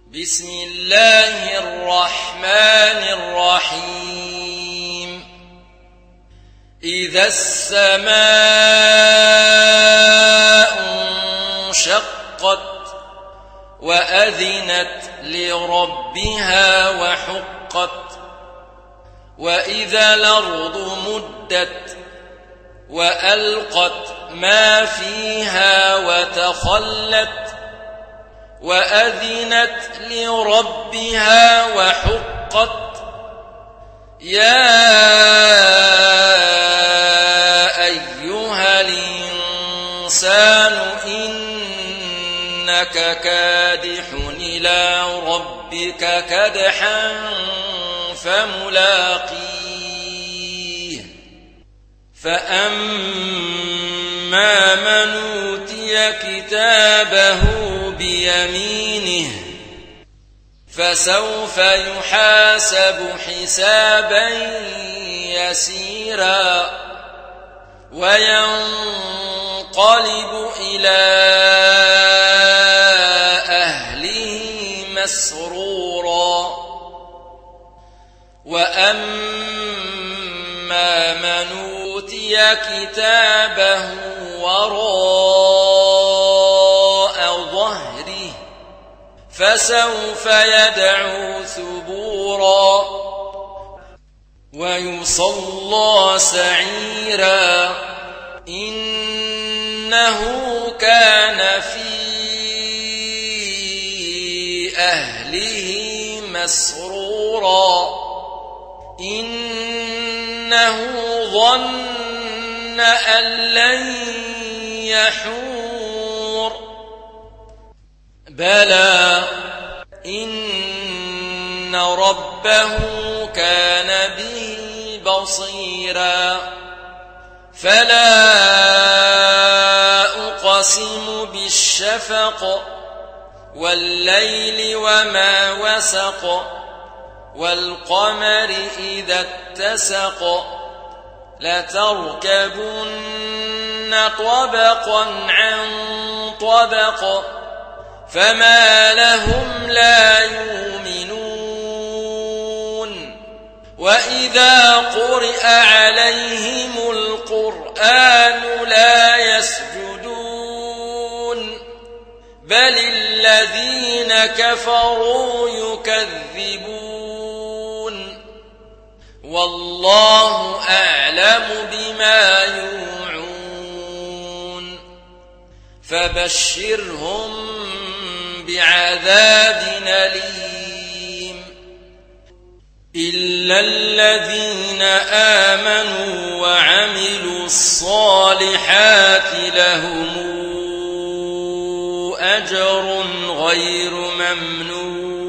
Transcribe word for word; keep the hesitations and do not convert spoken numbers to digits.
بسم الله الرحمن الرحيم إذا السماء انشقت وأذنت لربها وحقت وإذا الأرض مدت وألقت ما فيها وتخلت وأذنت لربها وحقت يا أيها الإنسان إنك كادح إلى ربك كدحا فملاقيه فأما من أوتي كتابه بيمينه فسوف يحاسب حسابا يسيرا وينقلب إلى أهله مسرورا وأما من أوتي كتابه وراء ظهره فسوف يدعو ثبورا ويصلى سعيرا إنه كان في أهله مسرورا إنه ظن أن لن يحور بلى إن ربه كان به بصيرا فلا أقسم بالشفق والليل وما وسق والقمر إذا اتسق لتركبن طبقا عن طبق فما لهم لا يؤمنون وإذا قرئ عليهم القرآن لا يسجدون بل الذين كفروا يكذبون والله أعلم بما يوعون فبشرهم بعذاب أليم إلا الذين آمنوا وعملوا الصالحات لهم أجر غير ممنون